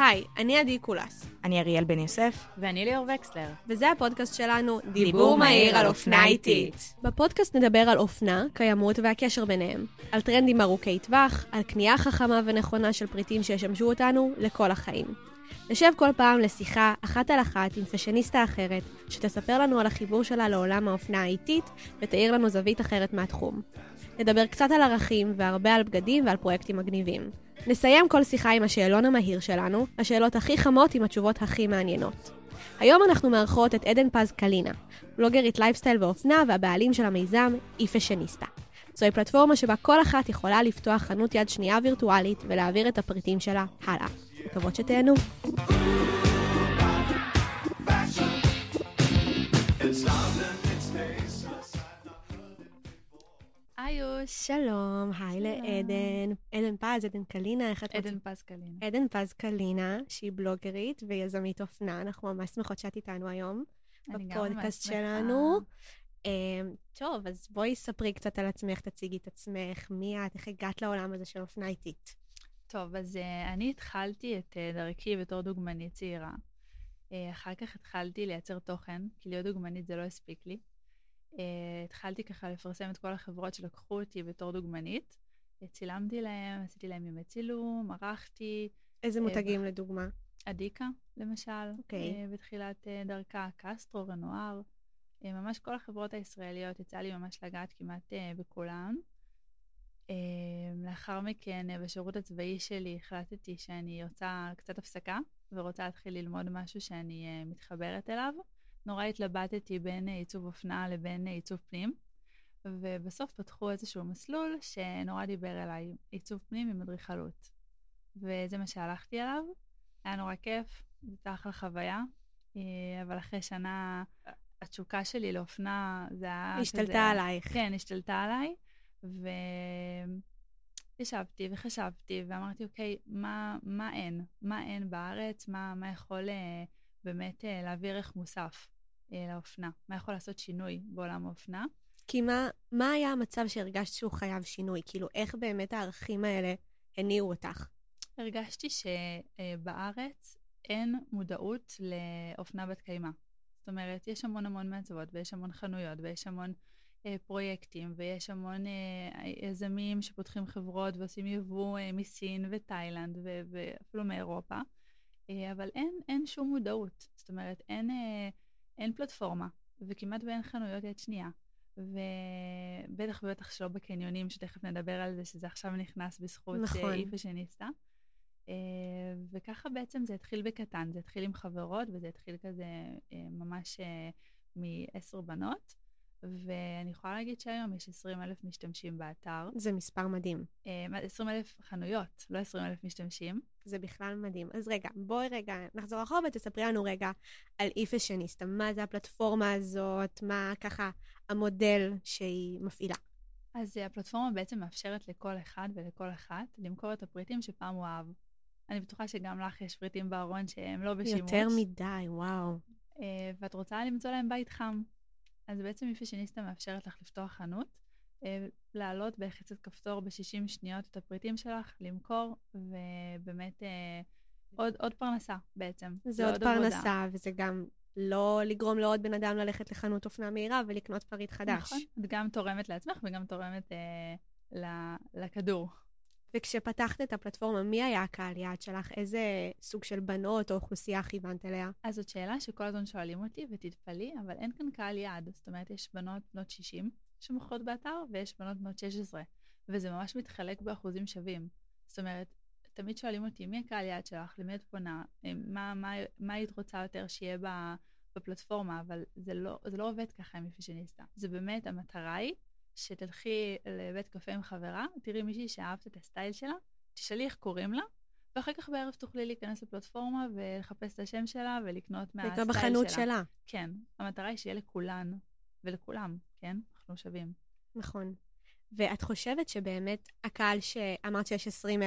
היי, אני עדי קולס. אני אריאל בן יוסף. ואני ליאור וקסלר. וזה הפודקאסט שלנו, דיבור מהיר על אופנה איטית. בפודקאסט נדבר על אופנה, קיימות והקשר ביניהם. על טרנדים ארוכי טווח, על קנייה חכמה ונכונה של פריטים שישמשו אותנו לכל החיים. נשב כל פעם לשיחה אחת על אחת עם פשניסטה אחרת, שתספר לנו על החיבור שלה לעולם האופנה האיטית, ותאיר לנו זווית אחרת מהתחום. נדבר קצת על ערכים והרבה על בגדים ועל פרויקטים מגניבים. נסיים כל שיחה עם השאלון המהיר שלנו, השאלות הכי חמות עם התשובות הכי מעניינות. היום אנחנו מארחות את עדן פז קלינה, בלוגרית לייפסטייל ואופנה והבעלים של המיזם פשניסטה. זוהי פלטפורמה שבה כל אחת יכולה לפתוח חנות יד שנייה וירטואלית ולהעביר את הפריטים שלה הלאה. מקוות שתהנו. איוש. שלום, היי לעדן. עדן פז, עדן קלינה, איך את רוצה? עדן פז קלינה. עדן פז קלינה, שהיא בלוגרית ויזמית אופנה. אנחנו ממש שמחות שאת איתנו היום בפודקאסט שלנו. טוב, אז בואי ספרי קצת על עצמך, תציגי את עצמך, מי את, איך הגעת לעולם הזה של אופנה איטית? טוב, אז אני התחלתי את דרכי בתור דוגמנית צעירה. אחר כך התחלתי לייצר תוכן, כי להיות דוגמנית זה לא הספיק לי. התחלתי ככה לפרסם את כל החברות שלקחו אותי בתור דוגמנית. צילמתי להם, עשיתי להם ימי צילום, ערכתי. איזה מותגים לדוגמה? אדיקה, למשל. בתחילת דרכה, קסטרו, רנואר. ממש כל החברות הישראליות, יצא לי ממש לגעת כמעט בכולן. לאחר מכן, בשירות הצבאי שלי, החלטתי שאני רוצה קצת הפסקה, ורוצה להתחיל ללמוד משהו שאני מתחברת אליו. נורא התלבטתי בין עיצוב אופנה לבין עיצוב פנים, ובסוף פתחו איזשהו מסלול שנורא דיבר אליי, עיצוב פנים עם אדריכלות. וזה מה שהלכתי עליו, היה נורא כיף, זה הייתה אחלה חוויה, אבל אחרי שנה התשוקה שלי לאופנה, זה היה השתלטה עלייך. כן, השתלטה עליי, וישבתי וחשבתי ואמרתי, אוקיי, מה אין? מה אין בארץ? מה יכול באמת להביא ערך מוסף לאופנה? מה יכול לעשות שינוי בעולם האופנה? כי מה היה המצב שהרגשת שהוא חייב שינוי? כאילו, איך באמת הערכים האלה הניעו אותך? הרגשתי שבארץ אין מודעות לאופנה בת קיימא. זאת אומרת, יש המון מעצבות, ויש המון חנויות, ויש המון פרויקטים, ויש המון יזמים שפותחים חברות ועושים יבוא מסין ותאילנד ואפילו מאירופה, אבל אין שום מודעות. זאת אומרת, אין פלטפורמה, וכמעט ואין חנויות יד שנייה, ובטח שלא בקניונים, שתכף נדבר על זה, שזה עכשיו נכנס בזכות פשניסטה. וככה בעצם זה התחיל בקטן, זה התחיל עם חברות, וזה התחיל כזה ממש מ10 בנות, ואני יכולה להגיד שהיום יש 20,000 משתמשים באתר. זה מספר מדהים. 20,000 חנויות, לא 20,000 משתמשים. זה בכלל מדהים. אז בואי נחזור אחורה ותספרי לנו רגע על פשניסטה. מה זה הפלטפורמה הזאת? מה ככה המודל שהיא מפעילה? אז הפלטפורמה בעצם מאפשרת לכל אחד ולכל אחת למכור את הפריטים שפעם הוא אהב. אני בטוחה שגם לך יש פריטים בארון שהם לא בשימוש. יותר מדי, וואו. ואת רוצה למצוא להם בית חם. אז בעצם פשניסטה מאפשרת לך לפתוח חנות, לעלות בלחיצת כפתור ב-60 שניות את הפריטים שלך, למכור, ובאמת עוד פרנסה בעצם. זה עוד פרנסה, וזה גם לא לגרום לעוד בן אדם ללכת לחנות אופנה מהירה ולקנות פריט חדש. נכון, את גם תורמת לעצמך וגם תורמת לכדור. וכשפתחת את הפלטפורמה, מי היה הקהל יעד שלך? איזה סוג של בנות או אוכלוסייה כיוונת אליה? אז זאת שאלה שכל הזמן שואלים אותי ותתפלאי, אבל אין כאן קהל יעד. זאת אומרת, יש בנות 60 שמוכרות באתר, ויש בנות 16, וזה ממש מתחלק באחוזים שווים. זאת אומרת, תמיד שואלים אותי, מי הקהל יעד שלך? למי את פונה? מה היית רוצה יותר שיהיה בפלטפורמה? אבל זה לא עובד ככה עם פשניסטה. זה באמת, המטרה היא שתלכי לבית קפה עם חברה, תראי מישהי שאהבת את הסטייל שלה, תשאלי איך קוראים לה, ואחר כך בערב תוכלי להיכנס לפלטפורמה ולחפש את השם שלה ולקנות מהסטייל שלה. בחנות שלה. כן, המטרה היא שיהיה לכולן ולכולם, כן? אנחנו שווים. נכון. ואת חושבת שבאמת הקהל שאמרת שיש 20,000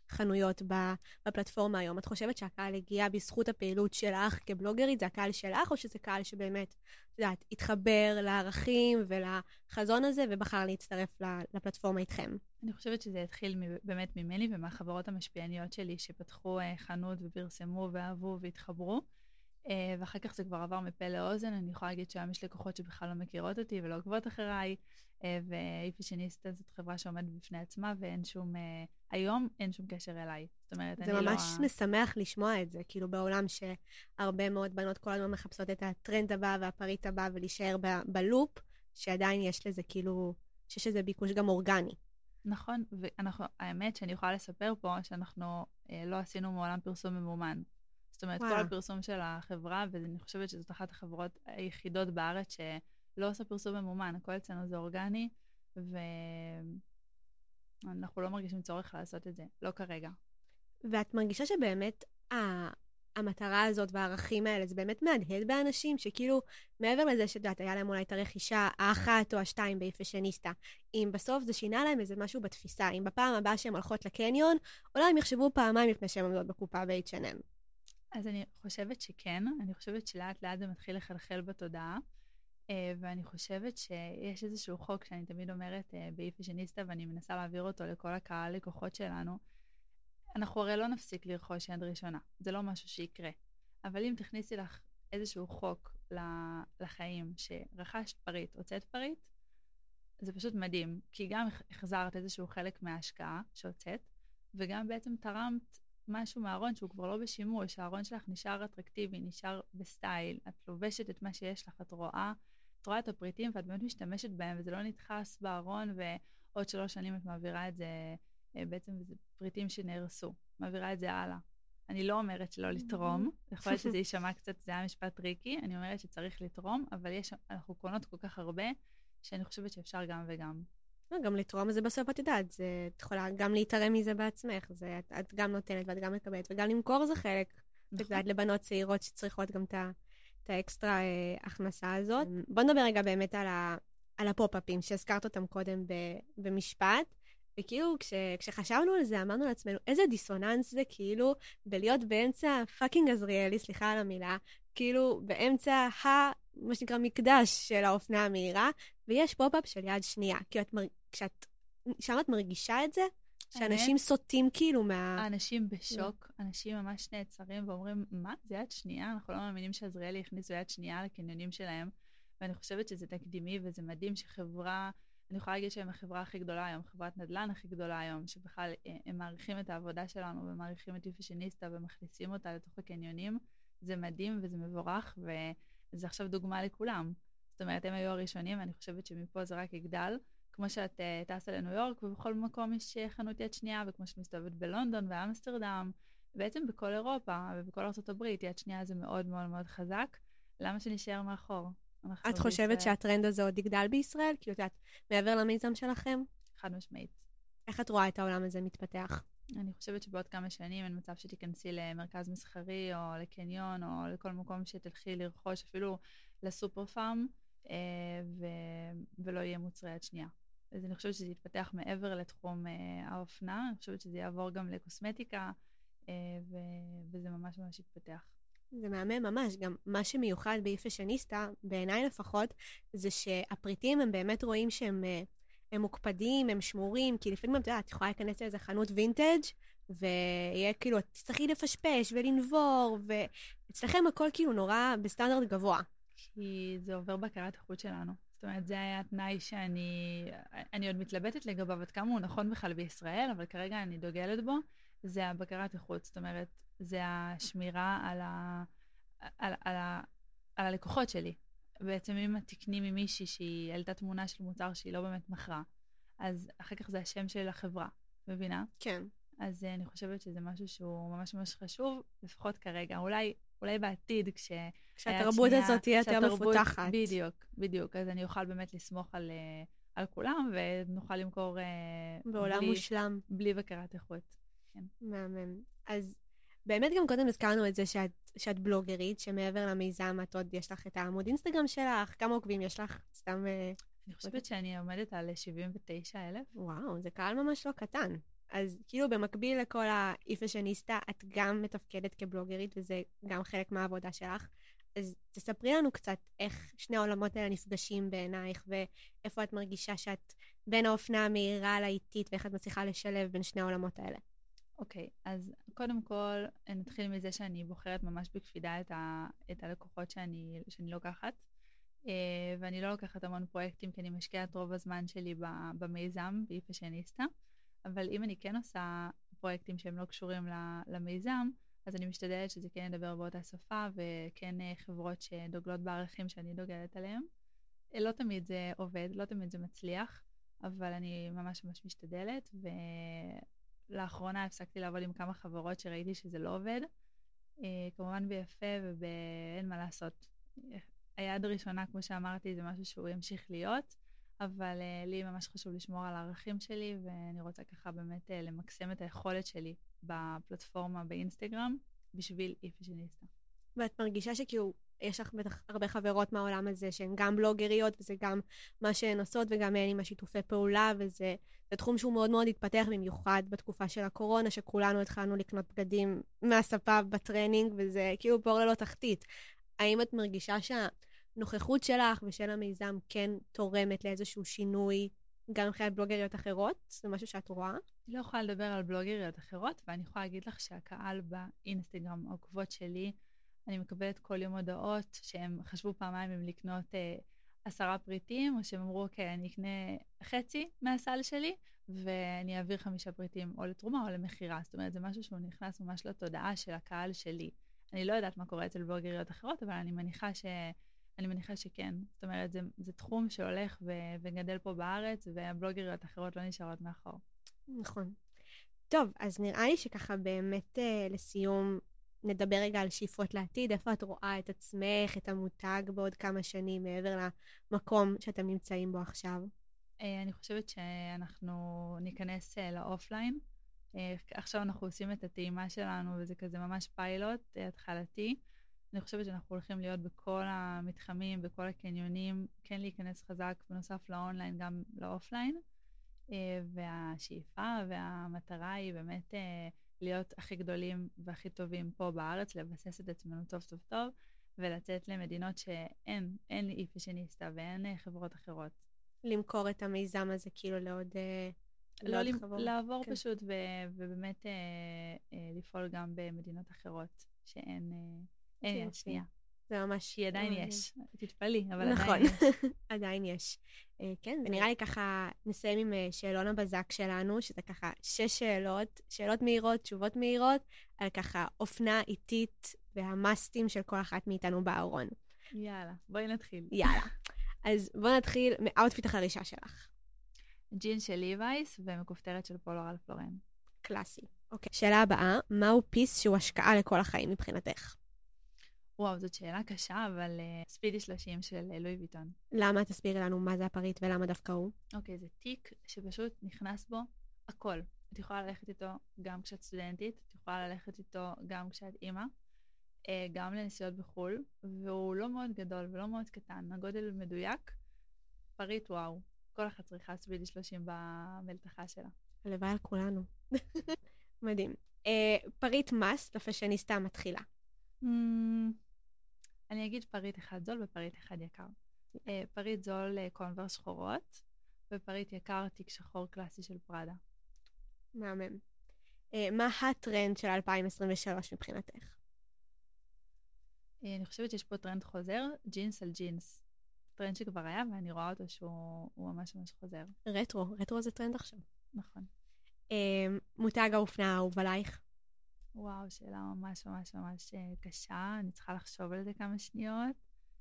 חנויות בפלטפורמה היום? את חושבת שהקהל הגיע בזכות הפעילות שלך כבלוגרית, זה הקהל שלך, או שזה קהל שבאמת, את יודעת, התחבר לערכים ולחזון הזה, ובחר להצטרף לפלטפורמה איתכם? אני חושבת שזה התחיל באמת ממני ומהחברות המשפיעניות שלי, שפתחו חנות ופרסמו ואהבו והתחברו. ואחר כך זה כבר עבר מפה לאוזן. אני יכולה להגיד שהיום יש לקוחות שבכלל לא מכירות אותי ולא עוקבות אחריי, ואיפשניסטה זאת חברה שעומדת בפני עצמה, ואין שום, היום אין שום קשר אליי. זאת אומרת, זה ממש משמח לשמוע את זה, כאילו בעולם שהרבה מאוד בנות כל הזמן מחפשות את הטרנד הבא והפריט הבא, ולהישאר בלופ, שעדיין יש לזה כאילו, שיש לזה ביקוש גם אורגני. נכון, והאמת שאני יכולה לספר פה, שאנחנו לא עשינו מעולם פרסום ממומן. זאת אומרת, כל הפרסום של החברה, ואני חושבת שזאת אחת החברות היחידות בארץ שלא עושה פרסום ממומן, הכל אצלנו זה אורגני, ואנחנו לא מרגישים צורך לעשות את זה, לא כרגע. ואת מרגישה שבאמת המטרה הזאת והערכים האלה, זה באמת מהדהד באנשים, שכאילו מעבר לזה שדעת, היה להם אולי את הרכישה האחת או השתיים ביפשניסטה, אם בסוף זה שינה להם איזה משהו בתפיסה, אם בפעם הבאה שהן הולכות לקניון, אולי הם יחשבו פעמיים לפני שהן עומדות בקופה ב-H&M. אז אני חושבת שכן, אני חושבת שלאט לאט זה מתחיל לחלחל בתודעה, ואני חושבת שיש איזשהו חוק שאני תמיד אומרת ביפשניסטה, ואני מנסה להעביר אותו לכל הקהל לקוחות שלנו. אנחנו הרי לא נפסיק לרכוש יד ראשונה, זה לא משהו שיקרה. אבל אם תכניסי לך איזשהו חוק לחיים, שרכשת פריט, הוצאת פריט, זה פשוט מדהים, כי גם החזרת איזשהו חלק מההשקעה שהוצאת, וגם בעצם תרמת משהו מהארון שהוא כבר לא בשימוש, הארון שלך נשאר אטרקטיבי, נשאר בסטייל, את לובשת את מה שיש לך, את רואה את הפריטים ואת באמת משתמשת בהם, וזה לא נדחס בארון, ועוד 3 שנים את מעבירה את זה, בעצם זה פריטים שנהרסו, מעבירה את זה הלאה. אני לא אומרת שלא לתרום, יכול להיות שזה יישמע קצת, זה היה משפט טריקי, אני אומרת שצריך לתרום, אבל אנחנו קונות כל כך הרבה, שאני חושבת שאפשר גם וגם. גם לתרום זה בסוף את יודעת, את יכולה גם להתערם מזה בעצמך, את גם נותנת ואת גם מקבלת, וגם למכור זה חלק, את יודעת, לבנות צעירות שצריכות גם את האקסטרה הכנסה הזאת. בוא נדבר רגע באמת על הפופ-אפים, שהזכרת אותם קודם במשפט, וכאילו כשחשבנו על זה, אמרנו לעצמנו, איזה דיסוננס זה כאילו, בלהיות באמצע פאקינג עזריאלי, סליחה על המילה, כאילו באמצע מה שנקרא מקדש של האופנה המהירה, ויש פופ-אפ של יד שנייה. כאילו כשאת שם את מרגישה את זה, שאנשים סוטים כאילו האנשים בשוק, אנשים ממש נעצרים ואומרים, מה? זה יד שנייה? אנחנו לא מאמינים שעזריאלי הכניסו יד שנייה לקניונים שלהם, ואני חושבת שזה תקדימי וזה מדהים שחברה, אני יכולה להגיד שהם החברה הכי גדולה היום, חברת נדל"ן הכי גדולה היום, שבכלל הם מעריכים את העבודה שלנו ומעריכים את יפשניסטה ומכניסים אותה לתוך הקניונים. זה מדהים וזה מבורך, וזה עכשיו דוגמה לכולם. זאת אומרת, הם היו הראשונים, ואני חושבת שמפה זה רק יגדל. כמו שאת טסה לניו יורק, ובכל מקום יש חנות יד שנייה, וכמו שאת מסתובבת בלונדון ואמסטרדם, בעצם בכל אירופה ובכל ארצות הברית, יד שנייה זה מאוד מאוד מאוד חזק. למה שנשאר מאחור? את חושבת שהטרנד הזה עוד יגדל בישראל? כאילו, את יודעת, מעבר למיזם שלכם? חד משמעית. איך את רואה את העולם הזה מתפתח? אני חושבת שבעוד כמה שנים אין מצב שתיכנסי למרכז מסחרי או לקניון או לכל מקום שתלכי לרכוש, אפילו לסופר פארם, ולא יהיה מוצרי יד שנייה. אז אני חושבת שזה יתפתח מעבר לתחום האופנה, אני חושבת שזה יעבור גם לקוסמטיקה, וזה ממש ממש יתפתח. זה מהמם ממש, גם מה שמיוחד ביפשניסטה, בעיניי לפחות, זה שהפריטים הם באמת רואים שהם מוקפדים, הם שמורים, כי לפעמים את יכולה להיכנס לאיזה חנות וינטג' ויהיה כאילו, את צריכי לפשפש ולנבור, ואצלכם הכל כאילו נורא בסטנדרט גבוה. כי זה עובר בקרת איכות שלנו. זאת אומרת, זה היה התנאי שאני עוד מתלבטת לגביו, עד כמה הוא נכון בכלל בישראל, אבל כרגע אני דוגלת בו, זה הבקרת איכות. זאת אומרת, זה השמירה על הלקוחות שלי. בעצם אם תקני ממישהי שהיא העלתה תמונה של מוצר שהיא לא באמת מכרה, אז אחר כך זה השם של החברה, מבינה? כן. אז אני חושבת שזה משהו שהוא ממש ממש חשוב, לפחות כרגע. אולי בעתיד, כשהתרבות הזאת תהיה יותר מפותחת. בדיוק. אז אני אוכל באמת לסמוך על כולם, ונוכל למכור בעולם מושלם. בלי בקרת איכות. כן. מהמם. אז באמת גם קודם הזכרנו את זה שאת בלוגרית, שמעבר למיזם את עוד יש לך את העמוד אינסטגרם שלך, כמה עוקבים יש לך? סתם... אני חושבת שאני עומדת על 79,000. וואו, זה קהל ממש לא קטן. אז כאילו במקביל לכל האי-פאשיניסטה, את גם מתפקדת כבלוגרית, וזה גם חלק מהעבודה שלך. אז תספרי לנו קצת איך שני העולמות האלה נפגשים בעינייך, ואיפה את מרגישה שאת בין האופנה המהירה לאיטית, ואיך את מצליחה לשלב בין שני העולמות האלה. אוקיי, אז קודם כל נתחיל מזה שאני בוחרת ממש בקפידה את הלקוחות שאני לוקחת, ואני לא לוקחת המון פרויקטים, כי אני משקיעה את רוב הזמן שלי במיזם, באי-פאשיניסטה, אבל אם אני כן עושה פרויקטים שהם לא קשורים למיזם, אז אני משתדלת שזה כן ידבר באותה שפה, וכן חברות שדוגלות בערכים שאני דוגלת עליהם. לא תמיד זה עובד, לא תמיד זה מצליח, אבל אני ממש ממש משתדלת, ולאחרונה הפסקתי לעבוד עם כמה חברות שראיתי שזה לא עובד, כמובן ביפה ואין מה לעשות. היד הראשונה, כמו שאמרתי, זה משהו שהוא ימשיך להיות, אבל לי ממש חשוב לשמור על הערכים שלי, ואני רוצה ככה באמת למקסם את היכולת שלי בפלטפורמה באינסטגרם, בשביל אי-פאשיניסטה. ואת מרגישה שכאילו יש לך בטח הרבה חברות מהעולם הזה שהן גם בלוגריות, וזה גם מה שהן עושות, וגם הן עם השיתופי פעולה, וזה תחום שהוא מאוד מאוד התפתח, במיוחד בתקופה של הקורונה, שכולנו התחלנו לקנות בגדים מהספה בטרנינג, וזה כאילו בור ללא תחתית. האם את מרגישה שהנוכחות שלך ושל המיזם כן תורמת לאיזשהו שינוי, גם מבחינת בלוגריות אחרות? זה משהו שאת רואה? אני לא יכולה לדבר על בלוגריות אחרות, ואני יכולה להגיד לך שהקהל באינסטגרם, העוקבות שלי, אני מקבלת כל יום הודעות שהם חשבו פעמיים אם לקנות 10 פריטים, או שהם אמרו, אוקיי, אני אקנה חצי מהסל שלי, ואני אעביר 5 פריטים או לתרומה או למחירה. זאת אומרת, זה משהו שהוא נכנס ממש לתודעה של הקהל שלי. אני לא יודעת מה קורה אצל בלוגריות אחרות, אבל אני מניחה שכן. זאת אומרת, זה תחום שהולך וגדל פה בארץ, והבלוגריות אחרות לא נשארות מאחור. נכון. טוב, אז נראה לי שככה באמת לסיום נדבר רגע על שאיפות לעתיד. איפה את רואה את עצמך, את המותג בעוד כמה שנים מעבר למקום שאתם נמצאים בו עכשיו? אני חושבת שאנחנו ניכנס לאופליין. עכשיו אנחנו עושים את הטעימה שלנו, וזה כזה ממש פיילוט התחלתי. אני חושבת שאנחנו הולכים להיות בכל המתחמים, בכל הקניונים, כן להיכנס חזק בנוסף לאונליין, גם לאופליין. והשאיפה והמטרה היא באמת להיות הכי גדולים והכי טובים פה בארץ, לבסס את עצמנו טוב טוב טוב, ולצאת למדינות שאין אי-פאשיניסטה ואין חברות אחרות. למכור את המיזם הזה כאילו לעוד חברות. לעבור כן. פשוט ובאמת לפעול גם במדינות אחרות שאין יד שנייה. זה ממש... כי עדיין יש, תתפלאי, אבל נכון. עדיין יש. עדיין יש. כן, ונראה לי ככה נסיים עם שאלון הבזק שלנו, שזה ככה 6 שאלות מהירות, תשובות מהירות, על ככה אופנה איטית והמאסטים של כל אחת מאיתנו בארון. יאללה, בואי נתחיל. יאללה. אז בואו נתחיל מהאוטפיט החרישה שלך. ג'ינס של ליווייס ומכופתרת של פולו רלף לורן. קלאסי. אוקיי. שאלה הבאה, מהו פיס שהוא השקעה לכל החיים מבחינתך? וואו, זאת שאלה קשה, אבל ספידי 30 של לואי ויטון. למה? תסבירי לנו מה זה הפריט ולמה דווקא הוא? אוקיי, זה תיק שפשוט נכנס בו הכל. את יכולה ללכת איתו גם כשאת סטודנטית, את יכולה ללכת איתו גם כשאת אימא, גם לנסיעות בחול, והוא לא מאוד גדול ולא מאוד קטן, הגודל מדויק, פריט וואו. כל אחת צריכה ספידי 30 במלתחה שלה. הלוואי על כולנו. מדהים. פריט מאסט לפאשיניסטה המתחילה. אני אגיד פריט אחד זול ופריט אחד יקר. פריט זול קונברס שחורות, ופריט יקר תיק שחור קלאסי של פראדה. מהמם. מה הטרנד של 2023 מבחינתך? אני חושבת שיש פה טרנד חוזר, ג'ינס על ג'ינס. טרנד שכבר היה, ואני רואה אותו שהוא ממש ממש חוזר. רטרו זה טרנד עכשיו. נכון. מותג האופנה האהוב עלייך? וואו, שאלה ממש ממש ממש קשה, אני צריכה לחשוב על זה כמה שניות.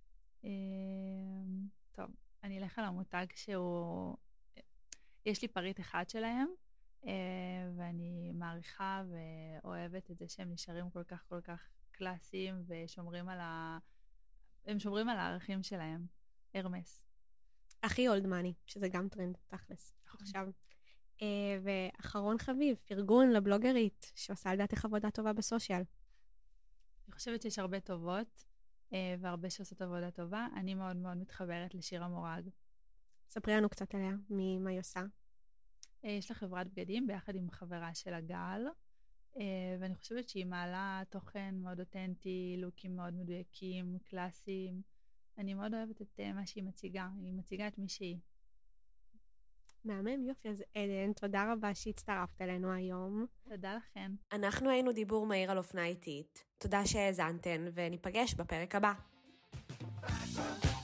טוב, אני אלך על המותג שהוא... יש לי פריט אחד שלהם, ואני מעריכה ואוהבת את זה שהם נשארים כל כך כל כך קלאסיים, ושומרים הם שומרים על הערכים שלהם. הרמס. הכי אולד מאני, שזה גם טרנד, תכלס. עכשיו. ואחרון חביב, פרגון לבלוגרית, שעושה על דעתך עבודה טובה בסושיאל. אני חושבת שיש הרבה טובות, והרבה שעושות עבודה טובה. אני מאוד מאוד מתחברת לשירה מורג. ספרי לנו קצת עליה, מה היא עושה. יש לה חברת בגדים ביחד עם חברה של הגל, ואני חושבת שהיא מעלה תוכן מאוד אותנטי, לוקים מאוד מדויקים, קלאסיים. אני מאוד אוהבת את מה שהיא מציגה, היא מציגה את מי שהיא. מהמם, יופי. אז עדן, תודה רבה שהצטרפת אלינו היום. תודה לכן. אנחנו היינו דיבור מהיר על אופנה איטית. תודה שהאזנתן, וניפגש בפרק הבא.